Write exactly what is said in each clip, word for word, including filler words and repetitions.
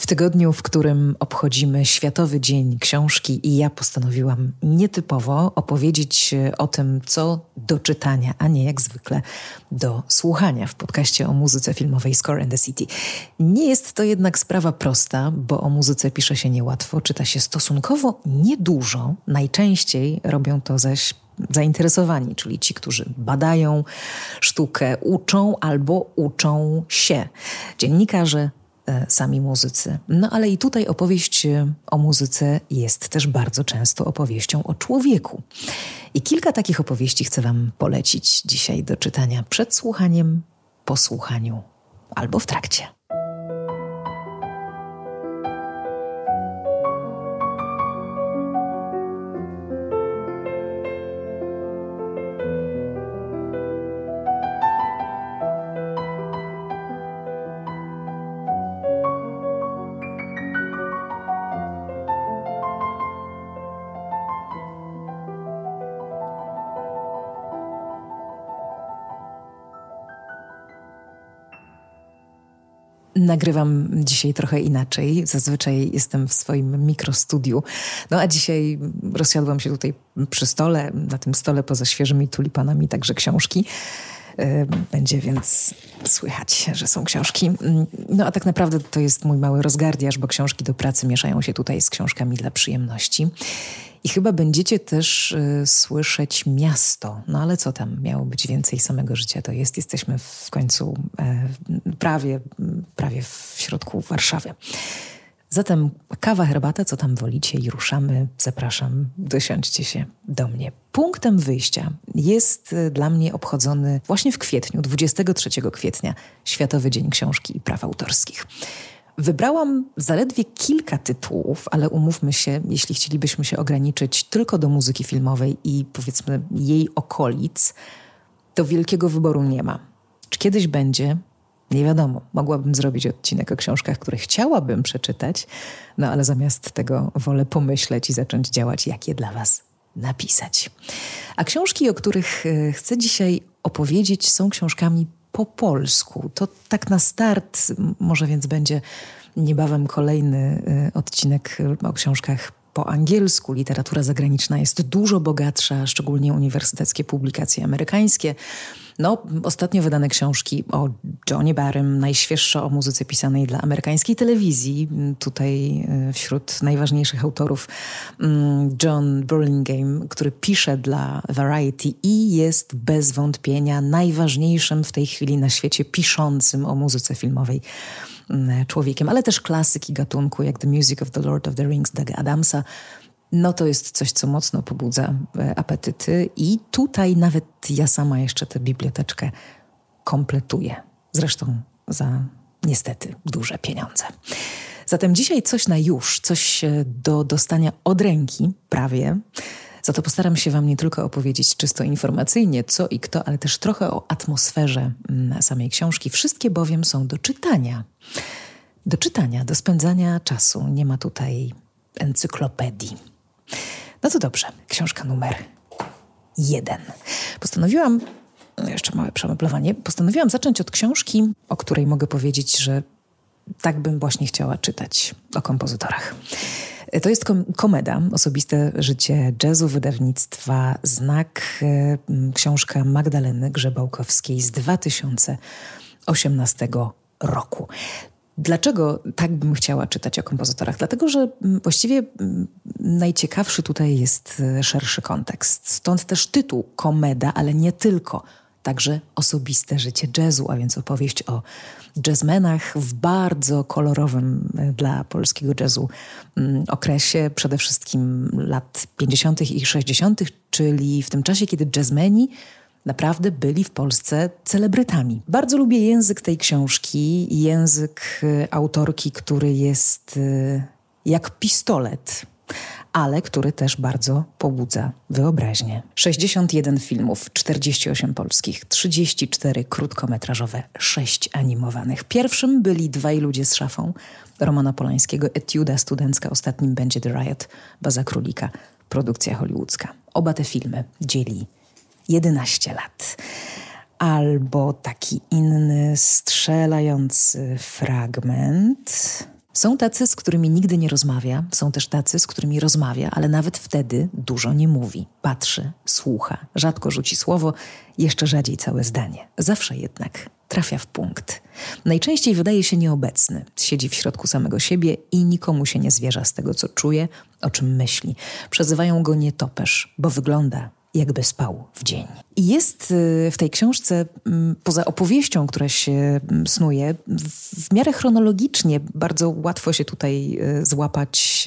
tygodniu, w którym obchodzimy Światowy Dzień Książki i ja postanowiłam nietypowo opowiedzieć o tym, co do czytania, a nie jak zwykle do słuchania w podcaście o muzyce filmowej Score and the City. Nie jest to jednak sprawa prosta, bo o muzyce pisze się niełatwo, czyta się stosunkowo niedużo. Najczęściej robią to zaś zainteresowani, czyli ci, którzy badają sztukę, uczą albo uczą się. Dziennikarze, sami muzycy. No ale i tutaj opowieść o muzyce jest też bardzo często opowieścią o człowieku. I kilka takich opowieści chcę wam polecić dzisiaj do czytania przed słuchaniem, po słuchaniu albo w trakcie. Nagrywam dzisiaj trochę inaczej. Zazwyczaj jestem w swoim mikrostudiu. No a dzisiaj rozsiadłam się tutaj przy stole, na tym stole poza świeżymi tulipanami także książki. Będzie więc słychać, że są książki. No a tak naprawdę to jest mój mały rozgardiaż, bo książki do pracy mieszają się tutaj z książkami dla przyjemności. I chyba będziecie też y, słyszeć miasto. No ale co tam? Miało być więcej samego życia. To jest. Jesteśmy w końcu y, prawie, prawie w środku Warszawy. Zatem kawa, herbata, co tam wolicie i ruszamy. Zapraszam, dosiądźcie się do mnie. Punktem wyjścia jest dla mnie obchodzony właśnie w kwietniu, dwudziestego trzeciego kwietnia, Światowy Dzień Książki i Praw Autorskich. Wybrałam zaledwie kilka tytułów, ale umówmy się, jeśli chcielibyśmy się ograniczyć tylko do muzyki filmowej i powiedzmy jej okolic, to wielkiego wyboru nie ma. Czy kiedyś będzie? Nie wiadomo. Mogłabym zrobić odcinek o książkach, które chciałabym przeczytać, no ale zamiast tego wolę pomyśleć i zacząć działać, jak je dla was napisać. A książki, o których chcę dzisiaj opowiedzieć, są książkami po polsku. To tak na start, może więc będzie niebawem kolejny odcinek o książkach po angielsku. Literatura zagraniczna jest dużo bogatsza, szczególnie uniwersyteckie publikacje amerykańskie. No, ostatnio wydane książki o Johnie Barrym, najświeższa o muzyce pisanej dla amerykańskiej telewizji. Tutaj wśród najważniejszych autorów John Burlingame, który pisze dla Variety i jest bez wątpienia najważniejszym w tej chwili na świecie piszącym o muzyce filmowej człowiekiem, ale też klasyki gatunku jak The Music of the Lord of the Rings Douga Adamsa. No to jest coś, co mocno pobudza apetyty i tutaj nawet ja sama jeszcze tę biblioteczkę kompletuję. Zresztą za niestety duże pieniądze. Zatem dzisiaj coś na już, coś do dostania od ręki, prawie. Za to postaram się wam nie tylko opowiedzieć czysto informacyjnie, co i kto, ale też trochę o atmosferze samej książki. Wszystkie bowiem są do czytania. Do czytania, do spędzania czasu. Nie ma tutaj encyklopedii. No to dobrze. Książka numer jeden. Postanowiłam, jeszcze małe przemeblowanie, postanowiłam zacząć od książki, o której mogę powiedzieć, że tak bym właśnie chciała czytać, o kompozytorach. To jest kom- komeda, osobiste życie jazzu, wydawnictwa Znak, y, książka Magdaleny Grzebałkowskiej z dwa tysiące osiemnastego roku. Dlaczego tak bym chciała czytać o kompozytorach? Dlatego, że właściwie najciekawszy tutaj jest szerszy kontekst. Stąd też tytuł komeda, ale nie tylko. Także osobiste życie jazzu, a więc opowieść o jazzmenach w bardzo kolorowym dla polskiego jazzu okresie, przede wszystkim lat pięćdziesiątych i sześćdziesiątych, czyli w tym czasie, kiedy jazzmeni naprawdę byli w Polsce celebrytami. Bardzo lubię język tej książki, język autorki, który jest jak pistolet, ale który też bardzo pobudza wyobraźnię. sześćdziesiąt jeden filmów, czterdzieści osiem polskich, trzydzieści cztery krótkometrażowe, sześć animowanych. Pierwszym byli Dwaj ludzie z szafą Romana Polańskiego, etiuda studencka, ostatnim będzie The Riot Baza Królika, produkcja hollywoodzka. Oba te filmy dzieli jedenaście lat. Albo taki inny strzelający fragment Są tacy, z którymi nigdy nie rozmawia, są też tacy, z którymi rozmawia, ale nawet wtedy dużo nie mówi. Patrzy, słucha, rzadko rzuci słowo, jeszcze rzadziej całe zdanie. Zawsze jednak trafia w punkt. Najczęściej wydaje się nieobecny, siedzi w środku samego siebie i nikomu się nie zwierza z tego, co czuje, o czym myśli. Przezywają go nietoperz, bo wygląda, jakby spał w dzień. I jest w tej książce, poza opowieścią, która się snuje, w miarę chronologicznie bardzo łatwo się tutaj złapać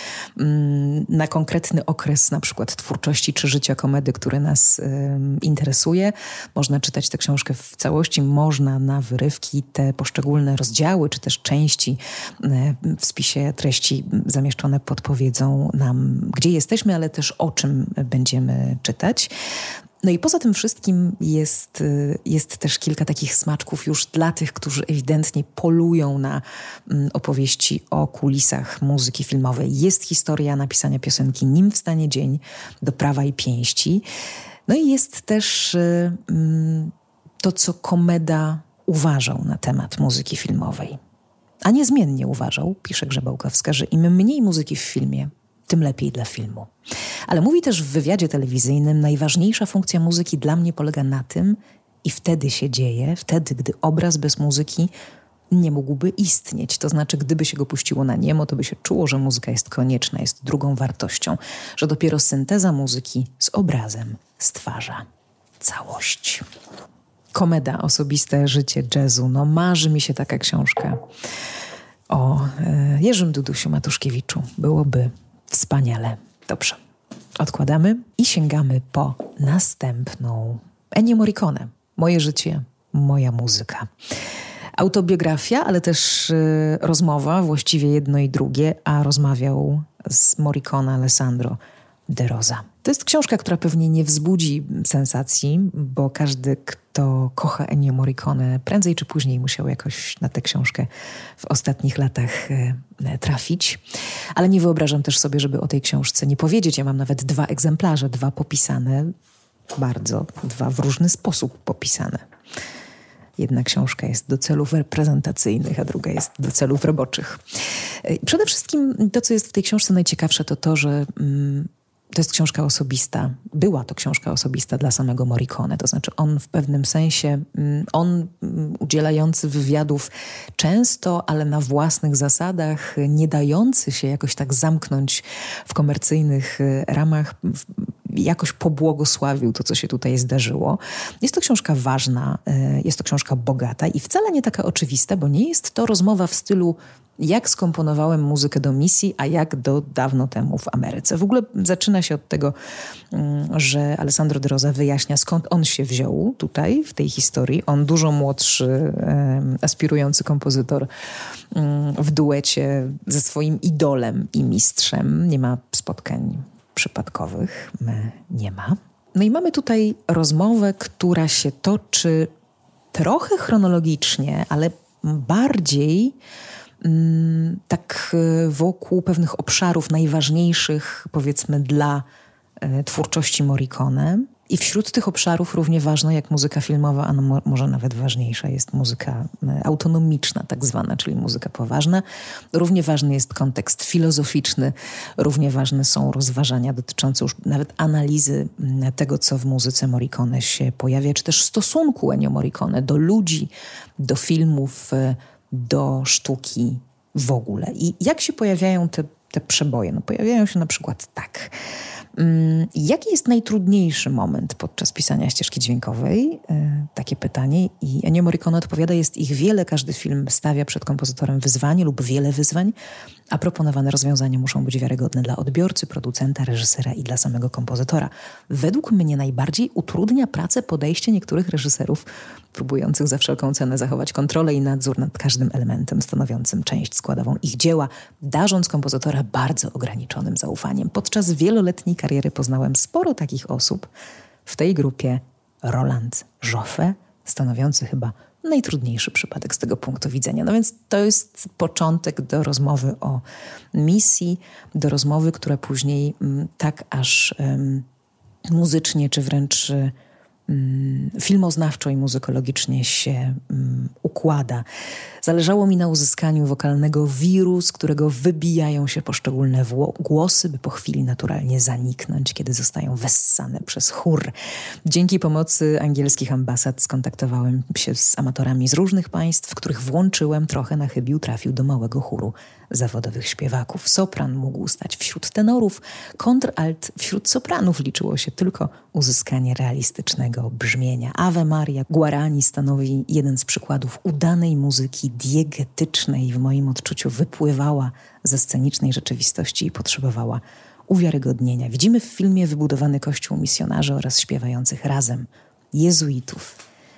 na konkretny okres, na przykład twórczości czy życia komedy, który nas interesuje. Można czytać tę książkę w całości, można na wyrywki te poszczególne rozdziały, czy też części w spisie treści zamieszczone podpowiedzą nam, gdzie jesteśmy, ale też o czym będziemy czytać. No i poza tym wszystkim jest, jest też kilka takich smaczków już dla tych, którzy ewidentnie polują na opowieści o kulisach muzyki filmowej. Jest historia napisania piosenki Nim wstanie dzień do prawa i pięści. No i jest też to, co Komeda uważał na temat muzyki filmowej. A niezmiennie uważał, pisze Grzebałkowska, że im mniej muzyki w filmie, tym lepiej dla filmu. Ale mówi też w wywiadzie telewizyjnym, najważniejsza funkcja muzyki dla mnie polega na tym, i wtedy się dzieje, wtedy, gdy obraz bez muzyki nie mógłby istnieć. To znaczy, gdyby się go puściło na niemo, to by się czuło, że muzyka jest konieczna, jest drugą wartością, że dopiero synteza muzyki z obrazem stwarza całość. Komeda, osobiste życie jazzu. No marzy mi się taka książka o e, Jerzym Dudusiu Matuszkiewiczu. Byłoby wspaniale. Dobrze. Odkładamy i sięgamy po następną. Ennio Morricone. Moje życie, moja muzyka. Autobiografia, ale też y, rozmowa, właściwie jedno i drugie, a rozmawiał z Morricone Alessandro de Rosa. To jest książka, która pewnie nie wzbudzi sensacji, bo każdy, kto kocha Ennio Morricone, prędzej czy później musiał jakoś na tę książkę w ostatnich latach e, trafić. Ale nie wyobrażam też sobie, żeby o tej książce nie powiedzieć. Ja mam nawet dwa egzemplarze, dwa popisane, bardzo, dwa w różny sposób popisane. Jedna książka jest do celów reprezentacyjnych, a druga jest do celów roboczych. Przede wszystkim to, co jest w tej książce najciekawsze, to to, że mm, to jest książka osobista. Była to książka osobista dla samego Morricone. To znaczy on w pewnym sensie, on udzielający wywiadów często, ale na własnych zasadach, nie dający się jakoś tak zamknąć w komercyjnych ramach, jakoś pobłogosławił to, co się tutaj zdarzyło. Jest to książka ważna, jest to książka bogata i wcale nie taka oczywista, bo nie jest to rozmowa w stylu jak skomponowałem muzykę do misji, a jak do dawno temu w Ameryce. W ogóle zaczyna się od tego, że Alessandro de Rosa wyjaśnia, skąd on się wziął tutaj, w tej historii. On dużo młodszy, aspirujący kompozytor w duecie ze swoim idolem i mistrzem. Nie ma spotkań przypadkowych. Nie ma. No i mamy tutaj rozmowę, która się toczy trochę chronologicznie, ale bardziej tak wokół pewnych obszarów najważniejszych, powiedzmy, dla twórczości Morricone. I wśród tych obszarów równie ważna jak muzyka filmowa, a no może nawet ważniejsza jest muzyka autonomiczna tak zwana, czyli muzyka poważna. Równie ważny jest kontekst filozoficzny, równie ważne są rozważania dotyczące już nawet analizy tego, co w muzyce Morricone się pojawia, czy też stosunku Ennio Morricone do ludzi, do filmów, do sztuki w ogóle. I jak się pojawiają te, te przeboje? No pojawiają się na przykład tak. Jaki jest najtrudniejszy moment podczas pisania ścieżki dźwiękowej? Takie pytanie. I Ennio Morricone odpowiada, jest ich wiele. Każdy film stawia przed kompozytorem wyzwanie lub wiele wyzwań, a proponowane rozwiązania muszą być wiarygodne dla odbiorcy, producenta, reżysera i dla samego kompozytora. Według mnie najbardziej utrudnia pracę podejście niektórych reżyserów próbujących za wszelką cenę zachować kontrolę i nadzór nad każdym elementem stanowiącym część składową ich dzieła, darząc kompozytora bardzo ograniczonym zaufaniem. Podczas wieloletniej kariery poznałem sporo takich osób, w tej grupie Roland Joffé, stanowiący chyba najtrudniejszy przypadek z tego punktu widzenia. No więc to jest początek do rozmowy o misji, do rozmowy, która później m, tak aż um, muzycznie, czy wręcz filmoznawczo i muzykologicznie się układa. Zależało mi na uzyskaniu wokalnego wiru, z którego wybijają się poszczególne głosy, by po chwili naturalnie zaniknąć, kiedy zostają wessane przez chór. Dzięki pomocy angielskich ambasad skontaktowałem się z amatorami z różnych państw, których włączyłem trochę na chybił, trafił do małego chóru zawodowych śpiewaków. Sopran mógł stać wśród tenorów, kontralt wśród sopranów. Liczyło się tylko uzyskanie realistycznego brzmienia. Ave Maria Guarani stanowi jeden z przykładów udanej muzyki diegetycznej. W moim odczuciu wypływała ze scenicznej rzeczywistości i potrzebowała uwiarygodnienia. Widzimy w filmie wybudowany kościół misjonarzy oraz śpiewających razem jezuitów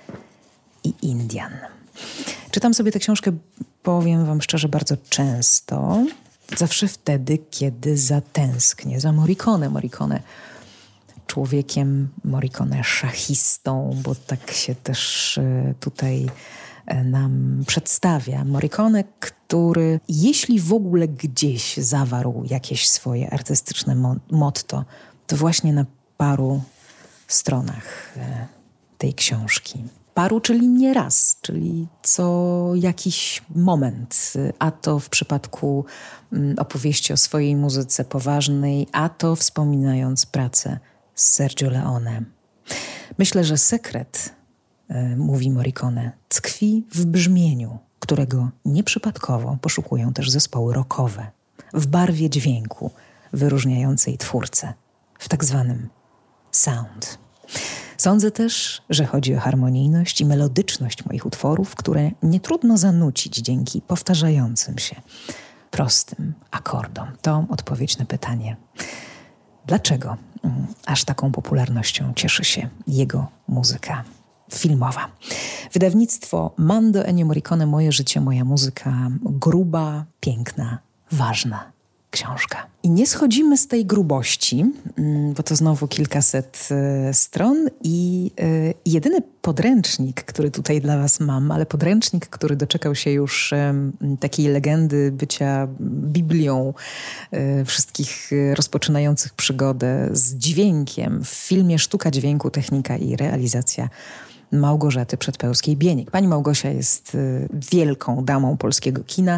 i Indian. Czytam sobie tę książkę, powiem wam szczerze, bardzo często. Zawsze wtedy, kiedy zatęsknię za Morricone. Morricone człowiekiem, Morricone szachistą, bo tak się też tutaj nam przedstawia. Morricone, który jeśli w ogóle gdzieś zawarł jakieś swoje artystyczne motto, to właśnie na paru stronach tej książki. Paru, czyli nie raz, czyli co jakiś moment, a to w przypadku opowieści o swojej muzyce poważnej, a to wspominając pracę z Sergio Leone. Myślę, że sekret, mówi Morricone, tkwi w brzmieniu, którego nieprzypadkowo poszukują też zespoły rockowe, w barwie dźwięku wyróżniającej twórcę, w tak zwanym sound. Sądzę też, że chodzi o harmonijność i melodyczność moich utworów, które nie trudno zanucić dzięki powtarzającym się prostym akordom. To odpowiedź na pytanie, dlaczego aż taką popularnością cieszy się jego muzyka filmowa. Wydawnictwo Mando Ennio Morricone, Moje życie, moja muzyka. Gruba, piękna, ważna książka. I nie schodzimy z tej grubości, bo to znowu kilkaset stron i jedyny podręcznik, który tutaj dla was mam, ale podręcznik, który doczekał się już takiej legendy bycia Biblią wszystkich rozpoczynających przygodę z dźwiękiem w filmie Sztuka dźwięku, technika i realizacja Małgorzaty Przedpełskiej-Bieniek. Pani Małgosia jest wielką damą polskiego kina.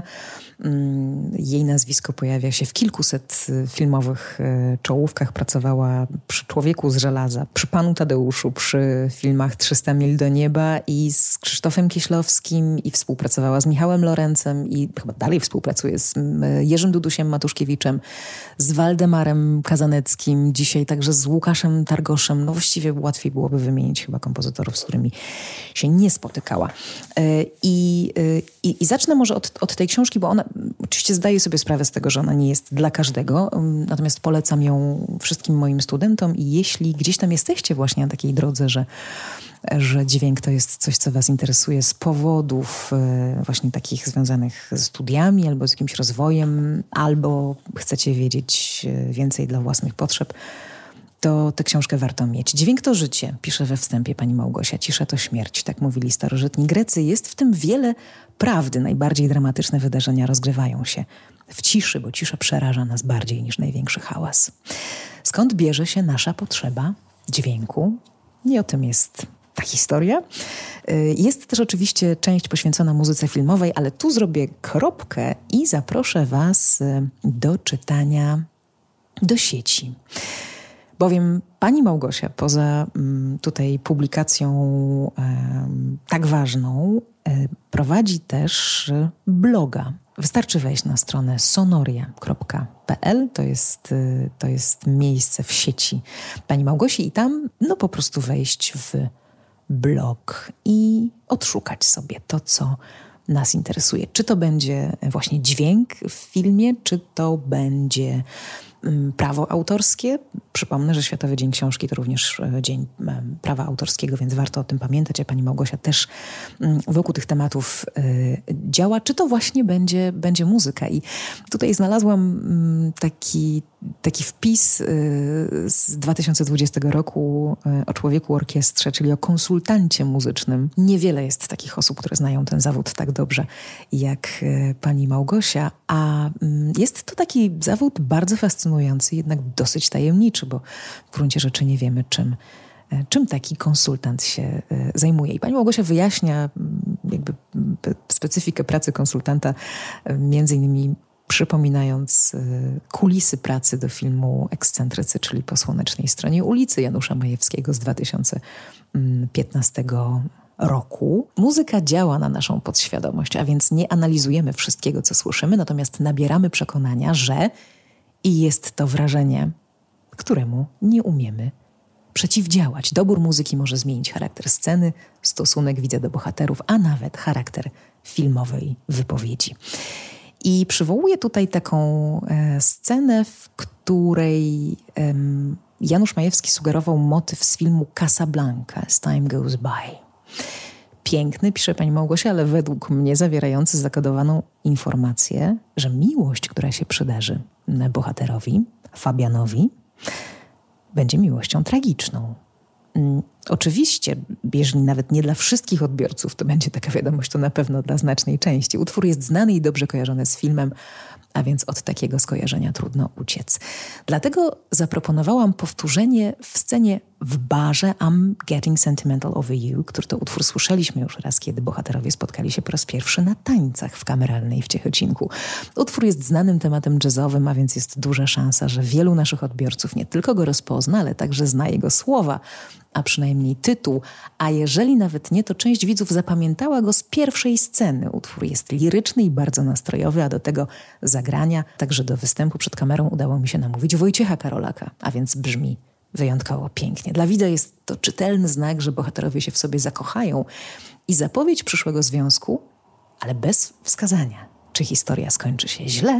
Jej nazwisko pojawia się w kilkuset filmowych czołówkach. Pracowała przy Człowieku z żelaza, przy Panu Tadeuszu, przy filmach trzysta mil do nieba i z Krzysztofem Kieślowskim i współpracowała z Michałem Lorencem i chyba dalej współpracuje z Jerzym Dudusiem Matuszkiewiczem, z Waldemarem Kazaneckim, dzisiaj także z Łukaszem Targoszem. No właściwie łatwiej byłoby wymienić chyba kompozytorów, z którymi się nie spotykała. I, i, i zacznę może od, od tej książki, bo ona oczywiście zdaję sobie sprawę z tego, że ona nie jest dla każdego, natomiast polecam ją wszystkim moim studentom i jeśli gdzieś tam jesteście właśnie na takiej drodze, że, że dźwięk to jest coś, co was interesuje z powodów właśnie takich związanych ze studiami albo z jakimś rozwojem, albo chcecie wiedzieć więcej dla własnych potrzeb, to tę książkę warto mieć. Dźwięk to życie, pisze we wstępie pani Małgosia. Cisza to śmierć, tak mówili starożytni Grecy. Jest w tym wiele prawdy. Najbardziej dramatyczne wydarzenia rozgrywają się w ciszy, bo cisza przeraża nas bardziej niż największy hałas. Skąd bierze się nasza potrzeba dźwięku? I o tym jest ta historia. Jest też oczywiście część poświęcona muzyce filmowej, ale tu zrobię kropkę i zaproszę was do czytania do sieci. Bowiem pani Małgosia, poza tutaj publikacją e, tak ważną, e, prowadzi też bloga. Wystarczy wejść na stronę sonoria kropka p l, to jest, to jest miejsce w sieci pani Małgosi i tam no po prostu wejść w blog i odszukać sobie to, co nas interesuje. Czy to będzie właśnie dźwięk w filmie, czy to będzie prawo autorskie. Przypomnę, że Światowy Dzień Książki to również Dzień Prawa Autorskiego, więc warto o tym pamiętać, a pani Małgosia też wokół tych tematów działa. Czy to właśnie będzie, będzie muzyka? I tutaj znalazłam taki, taki wpis z dwa tysiące dwudziestego roku o Człowieku Orkiestrze, czyli o konsultancie muzycznym. Niewiele jest takich osób, które znają ten zawód tak dobrze jak pani Małgosia, a jest to taki zawód bardzo fascynujący, jednak dosyć tajemniczy, bo w gruncie rzeczy nie wiemy, czym czym taki konsultant się zajmuje. I pani Małgosia wyjaśnia jakby specyfikę pracy konsultanta, między innymi przypominając kulisy pracy do filmu Ekscentrycy, czyli Po słonecznej stronie ulicy Janusza Majewskiego z dwa tysiące piętnastego roku. Muzyka działa na naszą podświadomość, a więc nie analizujemy wszystkiego, co słyszymy, natomiast nabieramy przekonania, że i jest to wrażenie, któremu nie umiemy przeciwdziałać. Dobór muzyki może zmienić charakter sceny, stosunek widza do bohaterów, a nawet charakter filmowej wypowiedzi. I przywołuję tutaj taką e, scenę, w której e, Janusz Majewski sugerował motyw z filmu Casablanca, As Time Goes By. Piękny, pisze pani Małgosia, ale według mnie zawierający zakodowaną informację, że miłość, która się przydarzy bohaterowi, Fabianowi, będzie miłością tragiczną. Hmm, oczywiście, jeżeli nawet nie dla wszystkich odbiorców, to będzie taka wiadomość, to na pewno dla znacznej części. Utwór jest znany i dobrze kojarzony z filmem, a więc od takiego skojarzenia trudno uciec. Dlatego zaproponowałam powtórzenie w scenie w barze I'm Getting Sentimental Over You, który to utwór słyszeliśmy już raz, kiedy bohaterowie spotkali się po raz pierwszy na tańcach w Kameralnej w Ciechocinku. Utwór jest znanym tematem jazzowym, a więc jest duża szansa, że wielu naszych odbiorców nie tylko go rozpozna, ale także zna jego słowa, a przynajmniej tytuł, a jeżeli nawet nie, to część widzów zapamiętała go z pierwszej sceny. Utwór jest liryczny i bardzo nastrojowy, a do tego zagrania, także do występu przed kamerą udało mi się namówić Wojciecha Karolaka, a więc brzmi wyjątkowo pięknie. Dla widza jest to czytelny znak, że bohaterowie się w sobie zakochają i zapowiedź przyszłego związku, ale bez wskazania, czy historia skończy się źle,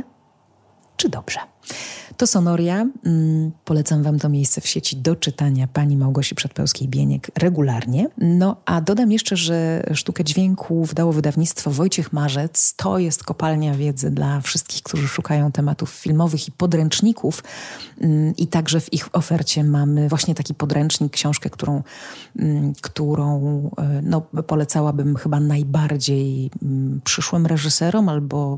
czy dobrze. To Sonoria. Mm, polecam wam to miejsce w sieci do czytania pani Małgosi Przedpełskiej-Bieniek regularnie. No a dodam jeszcze, że sztukę dźwięku wydało wydawnictwo Wojciech Marzec. To jest kopalnia wiedzy dla wszystkich, którzy szukają tematów filmowych i podręczników. Mm, I także w ich ofercie mamy właśnie taki podręcznik, książkę, którą, mm, którą no, polecałabym chyba najbardziej mm, przyszłym reżyserom albo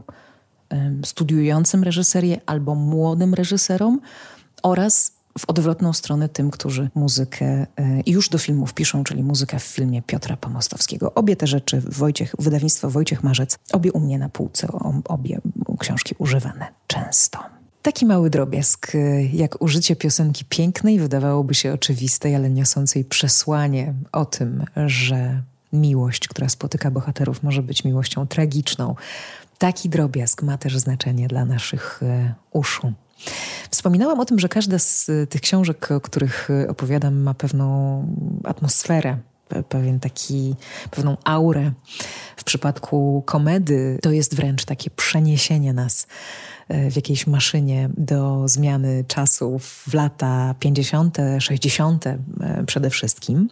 studiującym reżyserię albo młodym reżyserom oraz w odwrotną stronę tym, którzy muzykę już do filmów piszą, czyli muzykę w filmie Piotra Pomostowskiego. Obie te rzeczy, Wojciech, wydawnictwo Wojciech Marzec, obie u mnie na półce, obie książki używane często. Taki mały drobiazg, jak użycie piosenki pięknej, wydawałoby się oczywistej, ale niosącej przesłanie o tym, że miłość, która spotyka bohaterów, może być miłością tragiczną. Taki drobiazg ma też znaczenie dla naszych e, uszu. Wspominałam o tym, że każda z tych książek, o których opowiadam, ma pewną atmosferę, pe- pewien taki, pewną aurę. W przypadku komedy to jest wręcz takie przeniesienie nas w jakiejś maszynie do zmiany czasów w lata pięćdziesiąte, sześćdziesiąte przede wszystkim.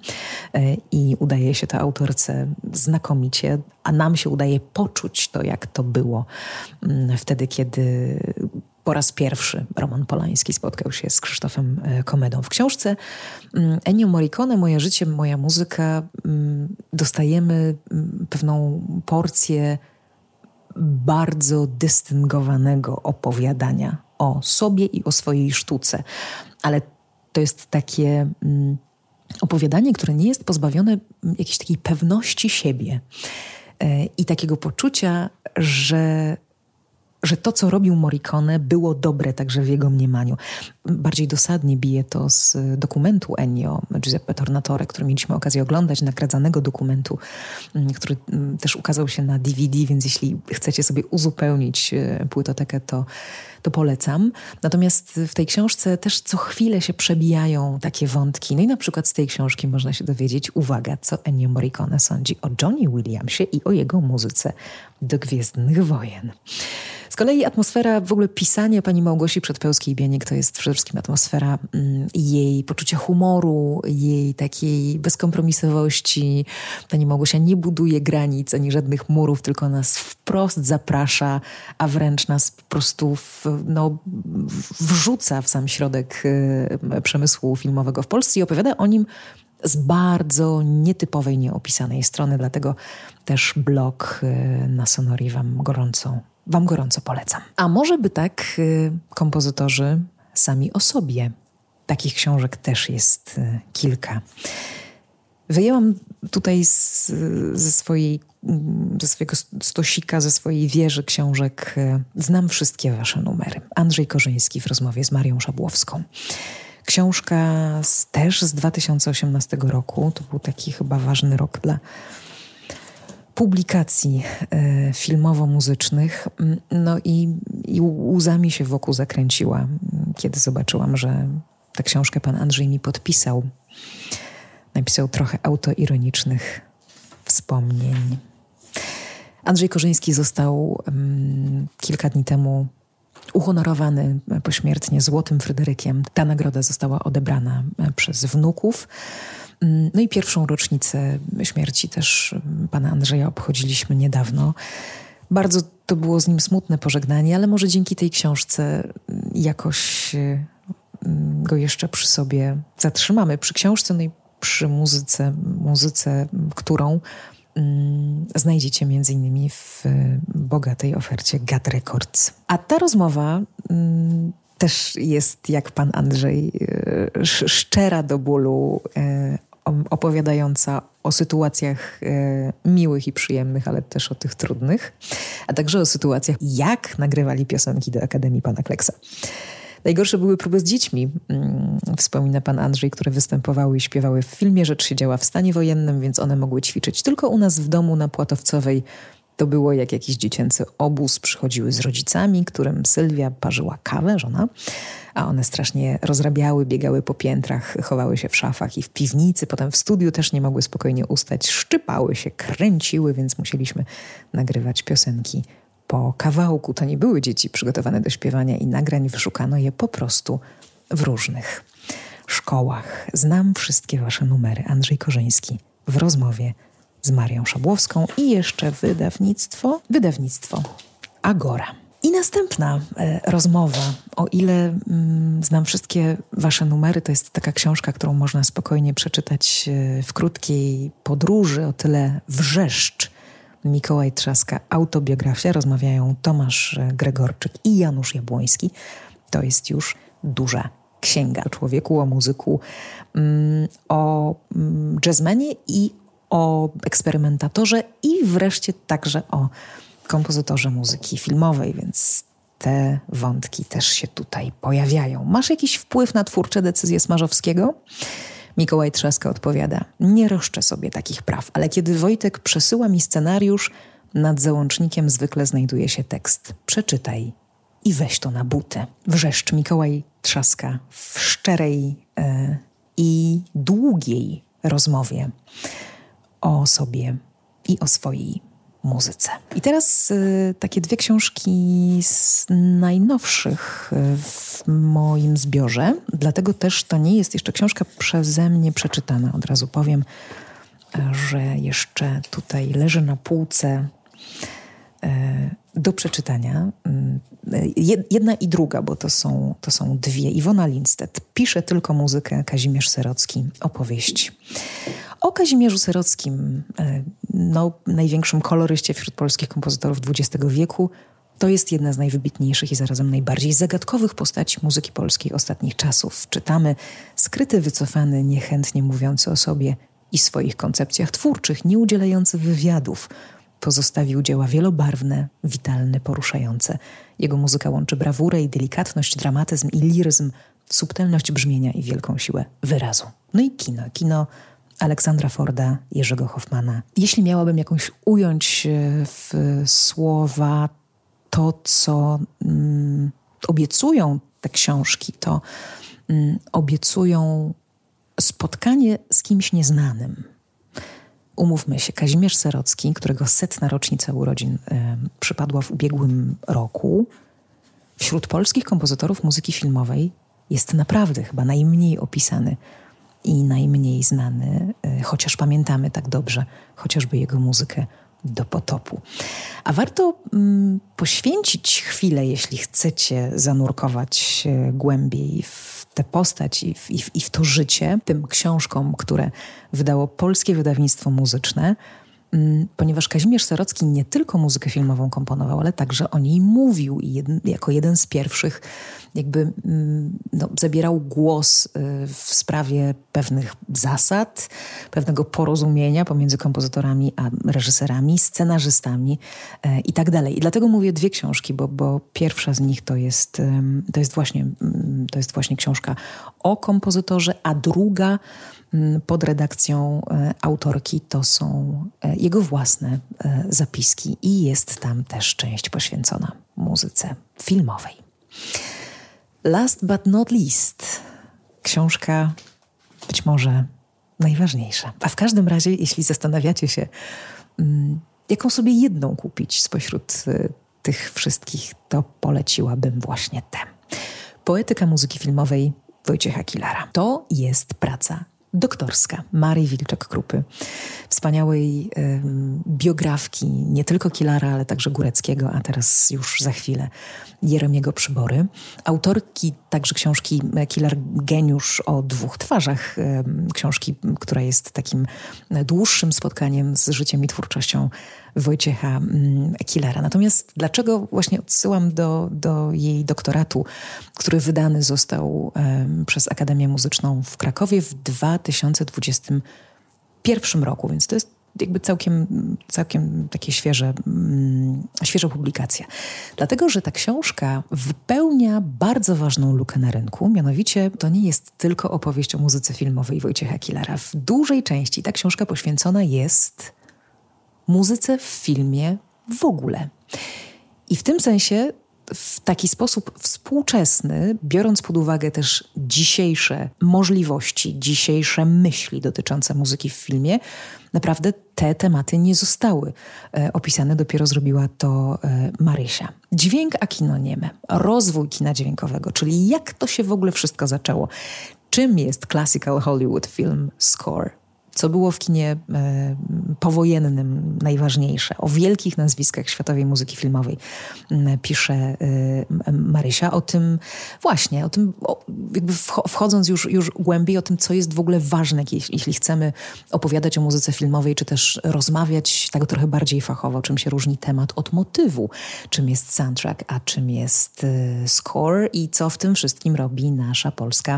I udaje się to autorce znakomicie, a nam się udaje poczuć to, jak to było wtedy, kiedy po raz pierwszy Roman Polański spotkał się z Krzysztofem Komedą. W książce Ennio Morricone, Moje życie, moja muzyka, dostajemy pewną porcję bardzo dystyngowanego opowiadania o sobie i o swojej sztuce. Ale to jest takie mm, opowiadanie, które nie jest pozbawione jakiejś takiej pewności siebie yy, i takiego poczucia, że że to, co robił Morricone, było dobre także w jego mniemaniu. Bardziej dosadnie bije to z dokumentu Ennio Giuseppe Tornatore, który mieliśmy okazję oglądać, nagradzanego dokumentu, który też ukazał się na D V D, więc jeśli chcecie sobie uzupełnić płytotekę, to, to polecam. Natomiast w tej książce też co chwilę się przebijają takie wątki. No i na przykład z tej książki można się dowiedzieć, uwaga, co Ennio Morricone sądzi o Johnie Williamsie i o jego muzyce do Gwiezdnych Wojen. Z kolei atmosfera, w ogóle pisanie pani Małgosi Przedpełskiej-Bieniek to jest przede wszystkim atmosfera mm, jej poczucia humoru, jej takiej bezkompromisowości. Pani Małgosia nie buduje granic ani żadnych murów, tylko nas wprost zaprasza, a wręcz nas po prostu w, no, wrzuca w sam środek y, przemysłu filmowego w Polsce i opowiada o nim z bardzo nietypowej, nieopisanej strony. Dlatego też blog y, na Sonorii wam gorąco Wam gorąco polecam. A może by tak y, kompozytorzy sami o sobie takich książek też jest kilka. Wyjęłam tutaj z, ze, swojej, ze swojego stosika, ze swojej wieży książek Znam wszystkie wasze numery. Andrzej Korzyński w rozmowie z Marią Szabłowską. Książka z, też z dwa tysiące osiemnastego roku. To był taki chyba ważny rok dla publikacji e, filmowo-muzycznych. No i, i łzami się wokół zakręciła, kiedy zobaczyłam, że tę książkę pan Andrzej mi podpisał. Napisał trochę autoironicznych wspomnień. Andrzej Korzyński został um, kilka dni temu uhonorowany pośmiertnie Złotym Fryderykiem. Ta nagroda została odebrana przez wnuków. No i pierwszą rocznicę śmierci też pana Andrzeja obchodziliśmy niedawno. Bardzo to było z nim smutne pożegnanie, ale może dzięki tej książce jakoś go jeszcze przy sobie zatrzymamy. Przy książce, no i przy muzyce, muzyce, którą mm, znajdziecie między innymi w bogatej ofercie Gad Records. A ta rozmowa mm, też jest, jak pan Andrzej, e, szczera do bólu, e, opowiadająca o sytuacjach e, miłych i przyjemnych, ale też o tych trudnych, a także o sytuacjach, jak nagrywali piosenki do Akademii pana Kleksa. Najgorsze były próby z dziećmi, hmm, wspomina pan Andrzej, które występowały i śpiewały w filmie. Rzecz się działa w stanie wojennym, więc one mogły ćwiczyć tylko u nas w domu na Płatowcowej. To było jak jakiś dziecięcy obóz. Przychodziły z rodzicami, którym Sylwia parzyła kawę, żona, a one strasznie rozrabiały, biegały po piętrach, chowały się w szafach i w piwnicy. Potem w studiu też nie mogły spokojnie ustać, szczypały się, kręciły, więc musieliśmy nagrywać piosenki po kawałku. To nie były dzieci przygotowane do śpiewania i nagrań, wyszukano je po prostu w różnych szkołach. Znam wszystkie wasze numery. Andrzej Korzyński w rozmowie z Marią Szabłowską i jeszcze wydawnictwo, wydawnictwo Agora. I następna e, rozmowa, o ile mm, znam wszystkie wasze numery, to jest taka książka, którą można spokojnie przeczytać e, w krótkiej podróży, o tyle wrzeszcz. Mikołaj Trzaska, autobiografia. Rozmawiają Tomasz Gregorczyk i Janusz Jabłoński. To jest już duża księga o człowieku, o muzyku, mm, o mm, jazzmenie i o eksperymentatorze i wreszcie także o kompozytorze muzyki filmowej, więc te wątki też się tutaj pojawiają. Masz jakiś wpływ na twórcze decyzje Smarzowskiego? Mikołaj Trzaska odpowiada: nie roszczę sobie takich praw, ale kiedy Wojtek przesyła mi scenariusz, nad załącznikiem zwykle znajduje się tekst. Przeczytaj i weź to na butę. Wrzeszcz Mikołaj Trzaska w szczerej e, i długiej rozmowie o sobie i o swojej muzyce. I teraz y, takie dwie książki z najnowszych y, w moim zbiorze, dlatego też to nie jest jeszcze książka przeze mnie przeczytana. Od razu powiem, y, że jeszcze tutaj leży na półce y, do przeczytania. Y, jedna i druga, bo to są, to są dwie. Iwona Lindstedt pisze tylko muzykę, Kazimierz Serocki opowieść. O Kazimierzu Serockim, no, największym koloryście wśród polskich kompozytorów dwudziestego wieku, to jest jedna z najwybitniejszych i zarazem najbardziej zagadkowych postaci muzyki polskiej ostatnich czasów. Czytamy skryty, wycofany, niechętnie mówiący o sobie i swoich koncepcjach twórczych, nie udzielający wywiadów. Pozostawił dzieła wielobarwne, witalne, poruszające. Jego muzyka łączy brawurę i delikatność, dramatyzm i liryzm, subtelność brzmienia i wielką siłę wyrazu. No i kino. Kino Aleksandra Forda, Jerzego Hoffmana. Jeśli miałabym jakąś ująć w słowa to, co mm, obiecują te książki, to mm, obiecują spotkanie z kimś nieznanym. Umówmy się, Kazimierz Serocki, którego setna rocznica urodzin y, przypadła w ubiegłym roku, wśród polskich kompozytorów muzyki filmowej jest naprawdę chyba najmniej opisany i najmniej znany, chociaż pamiętamy tak dobrze chociażby jego muzykę do Potopu. A warto mm, poświęcić chwilę, jeśli chcecie zanurkować głębiej w tę postać i w, i, w, i w to życie, tym książkom, które wydało polskie wydawnictwo muzyczne, mm, ponieważ Kazimierz Serocki nie tylko muzykę filmową komponował, ale także o niej mówił i jed, jako jeden z pierwszych jakby no, zabierał głos w sprawie pewnych zasad, pewnego porozumienia pomiędzy kompozytorami a reżyserami, scenarzystami i tak dalej. I dlatego mówię dwie książki, bo, bo pierwsza z nich to jest, to jest właśnie, to jest właśnie książka o kompozytorze, a druga pod redakcją autorki to są jego własne zapiski i jest tam też część poświęcona muzyce filmowej. Last but not least, książka być może najważniejsza. A w każdym razie, jeśli zastanawiacie się, jaką sobie jedną kupić spośród tych wszystkich, to poleciłabym właśnie tę. Poetyka muzyki filmowej Wojciecha Kilara. To jest praca doktorska Marii Wilczek-Krupy, wspaniałej um, biografki nie tylko Kilara, ale także Góreckiego, a teraz już za chwilę Jeremiego Przybory. Autorki także książki Kilar Geniusz o dwóch twarzach, um, książki, która jest takim dłuższym spotkaniem z życiem i twórczością Wojciecha um, Kilara. Natomiast dlaczego właśnie odsyłam do, do jej doktoratu, który wydany został um, przez Akademię Muzyczną w Krakowie w dwa tysiące dwudziestym pierwszym roku, więc to jest jakby całkiem, całkiem takie świeże, mm, świeża publikacja. Dlatego, że ta książka wypełnia bardzo ważną lukę na rynku, mianowicie to nie jest tylko opowieść o muzyce filmowej Wojciecha Kilara. W dużej części ta książka poświęcona jest muzyce w filmie w ogóle. I w tym sensie w taki sposób współczesny, biorąc pod uwagę też dzisiejsze możliwości, dzisiejsze myśli dotyczące muzyki w filmie, naprawdę te tematy nie zostały e, opisane, dopiero zrobiła to e, Marysia. Dźwięk a kino nieme, rozwój kina dźwiękowego, czyli jak to się w ogóle wszystko zaczęło. Czym jest Classical Hollywood Film Score? Co było w kinie e, powojennym najważniejsze. O wielkich nazwiskach światowej muzyki filmowej e, pisze e, Marysia. O tym właśnie, o tym o, jakby wchodząc już, już głębiej, o tym, co jest w ogóle ważne, jeśli, jeśli chcemy opowiadać o muzyce filmowej, czy też rozmawiać tak trochę bardziej fachowo, czym się różni temat od motywu, czym jest soundtrack, a czym jest e, score i co w tym wszystkim robi nasza polska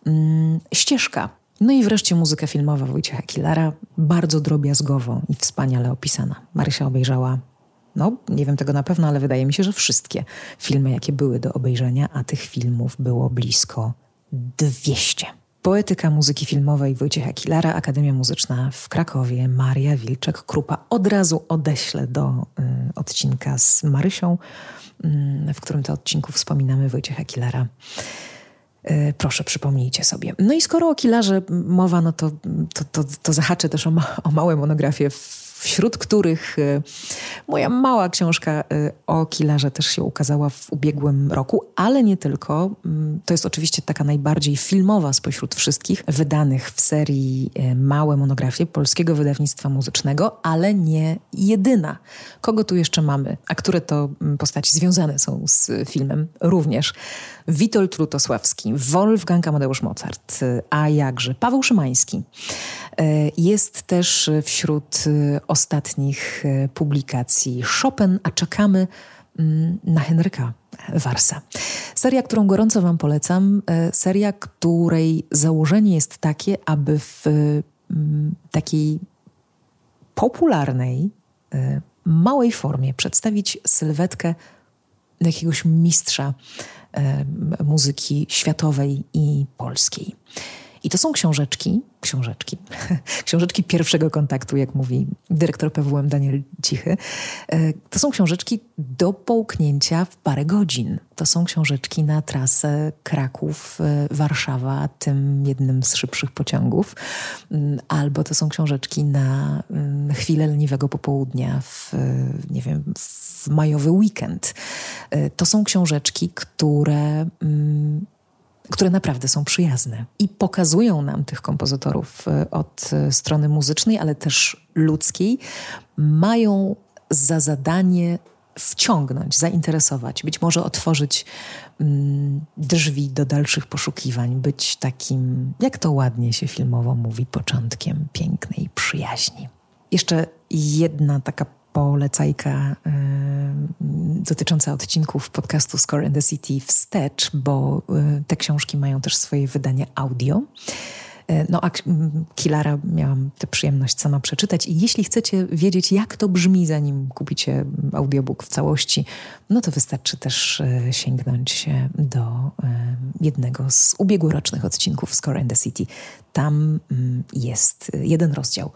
mm, ścieżka. No i wreszcie muzyka filmowa Wojciecha Kilara, bardzo drobiazgowo i wspaniale opisana. Marysia obejrzała, no nie wiem tego na pewno, ale wydaje mi się, że wszystkie filmy, jakie były do obejrzenia, a tych filmów było blisko dwieście. Poetyka muzyki filmowej Wojciecha Kilara, Akademia Muzyczna w Krakowie, Maria Wilczek-Krupa. Od razu odeślę do y, odcinka z Marysią, y, w którym to odcinku wspominamy Wojciecha Kilara. Proszę, przypomnijcie sobie. No i skoro o Kilarze mowa, no to, to, to, to zahaczę też o, ma, o małe monografie, wśród których y, moja mała książka y, o Kilarze też się ukazała w ubiegłym roku, ale nie tylko. Y, to jest oczywiście taka najbardziej filmowa spośród wszystkich wydanych w serii y, małe monografie Polskiego Wydawnictwa Muzycznego, ale nie jedyna. Kogo tu jeszcze mamy? A które to y, postaci związane są z filmem? Również Witold Lutosławski, Wolfgang Amadeusz Mozart, y, a jakże Paweł Szymański. Y, jest też wśród y, ostatnich publikacji Chopin, a czekamy na Henryka Warsa. Seria, którą gorąco wam polecam, seria, której założenie jest takie, aby w takiej popularnej, małej formie przedstawić sylwetkę jakiegoś mistrza muzyki światowej i polskiej. I to są książeczki, książeczki, książeczki pierwszego kontaktu, jak mówi dyrektor P W M Daniel Cichy. To są książeczki do połknięcia w parę godzin. To są książeczki na trasę Kraków-Warszawa, tym jednym z szybszych pociągów. Albo to są książeczki na chwilę leniwego popołudnia, w, nie wiem, w majowy weekend. To są książeczki, które... które naprawdę są przyjazne i pokazują nam tych kompozytorów od strony muzycznej, ale też ludzkiej. Mają za zadanie wciągnąć, zainteresować, być może otworzyć mm, drzwi do dalszych poszukiwań, być takim, jak to ładnie się filmowo mówi, początkiem pięknej przyjaźni. Jeszcze jedna taka polecajka y, dotycząca odcinków podcastu Score and the City wstecz, bo y, te książki mają też swoje wydanie audio. No a Killara miałam tę przyjemność sama przeczytać i jeśli chcecie wiedzieć, jak to brzmi, zanim kupicie audiobook w całości, no to wystarczy też sięgnąć do jednego z ubiegłorocznych odcinków Score and the City. Tam jest jeden rozdział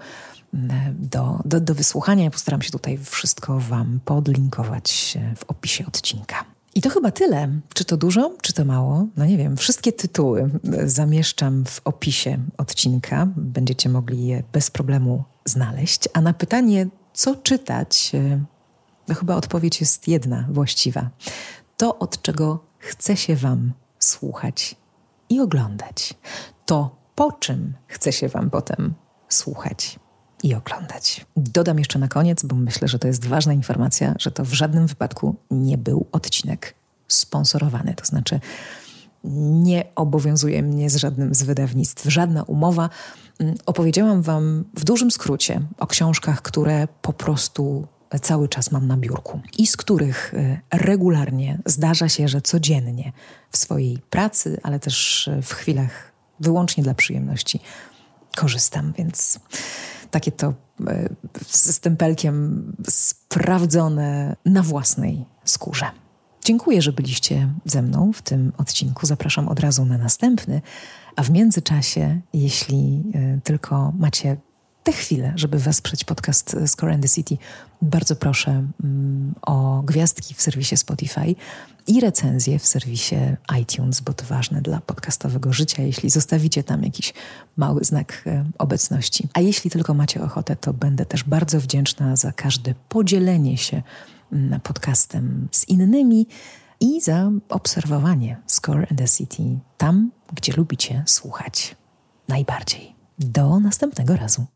do, do, do wysłuchania. Ja postaram się tutaj wszystko wam podlinkować w opisie odcinka. I to chyba tyle. Czy to dużo, czy to mało? No nie wiem. Wszystkie tytuły zamieszczam w opisie odcinka. Będziecie mogli je bez problemu znaleźć. A na pytanie, co czytać, no chyba odpowiedź jest jedna, właściwa. To, od czego chce się wam słuchać i oglądać. To, po czym chce się wam potem słuchać i oglądać. Dodam jeszcze na koniec, bo myślę, że to jest ważna informacja, że to w żadnym wypadku nie był odcinek sponsorowany. To znaczy nie obowiązuje mnie z żadnym z wydawnictw żadna umowa. Opowiedziałam wam w dużym skrócie o książkach, które po prostu cały czas mam na biurku i z których regularnie zdarza się, że codziennie w swojej pracy, ale też w chwilach wyłącznie dla przyjemności korzystam, więc takie to ze stempelkiem sprawdzone na własnej skórze. Dziękuję, że byliście ze mną w tym odcinku. Zapraszam od razu na następny, a w międzyczasie, jeśli tylko macie tę chwilę, żeby wesprzeć podcast Score and the City, bardzo proszę mm, o gwiazdki w serwisie Spotify i recenzje w serwisie iTunes, bo to ważne dla podcastowego życia, jeśli zostawicie tam jakiś mały znak e, obecności. A jeśli tylko macie ochotę, to będę też bardzo wdzięczna za każde podzielenie się mm, podcastem z innymi i za obserwowanie Score and the City tam, gdzie lubicie słuchać najbardziej. Do następnego razu.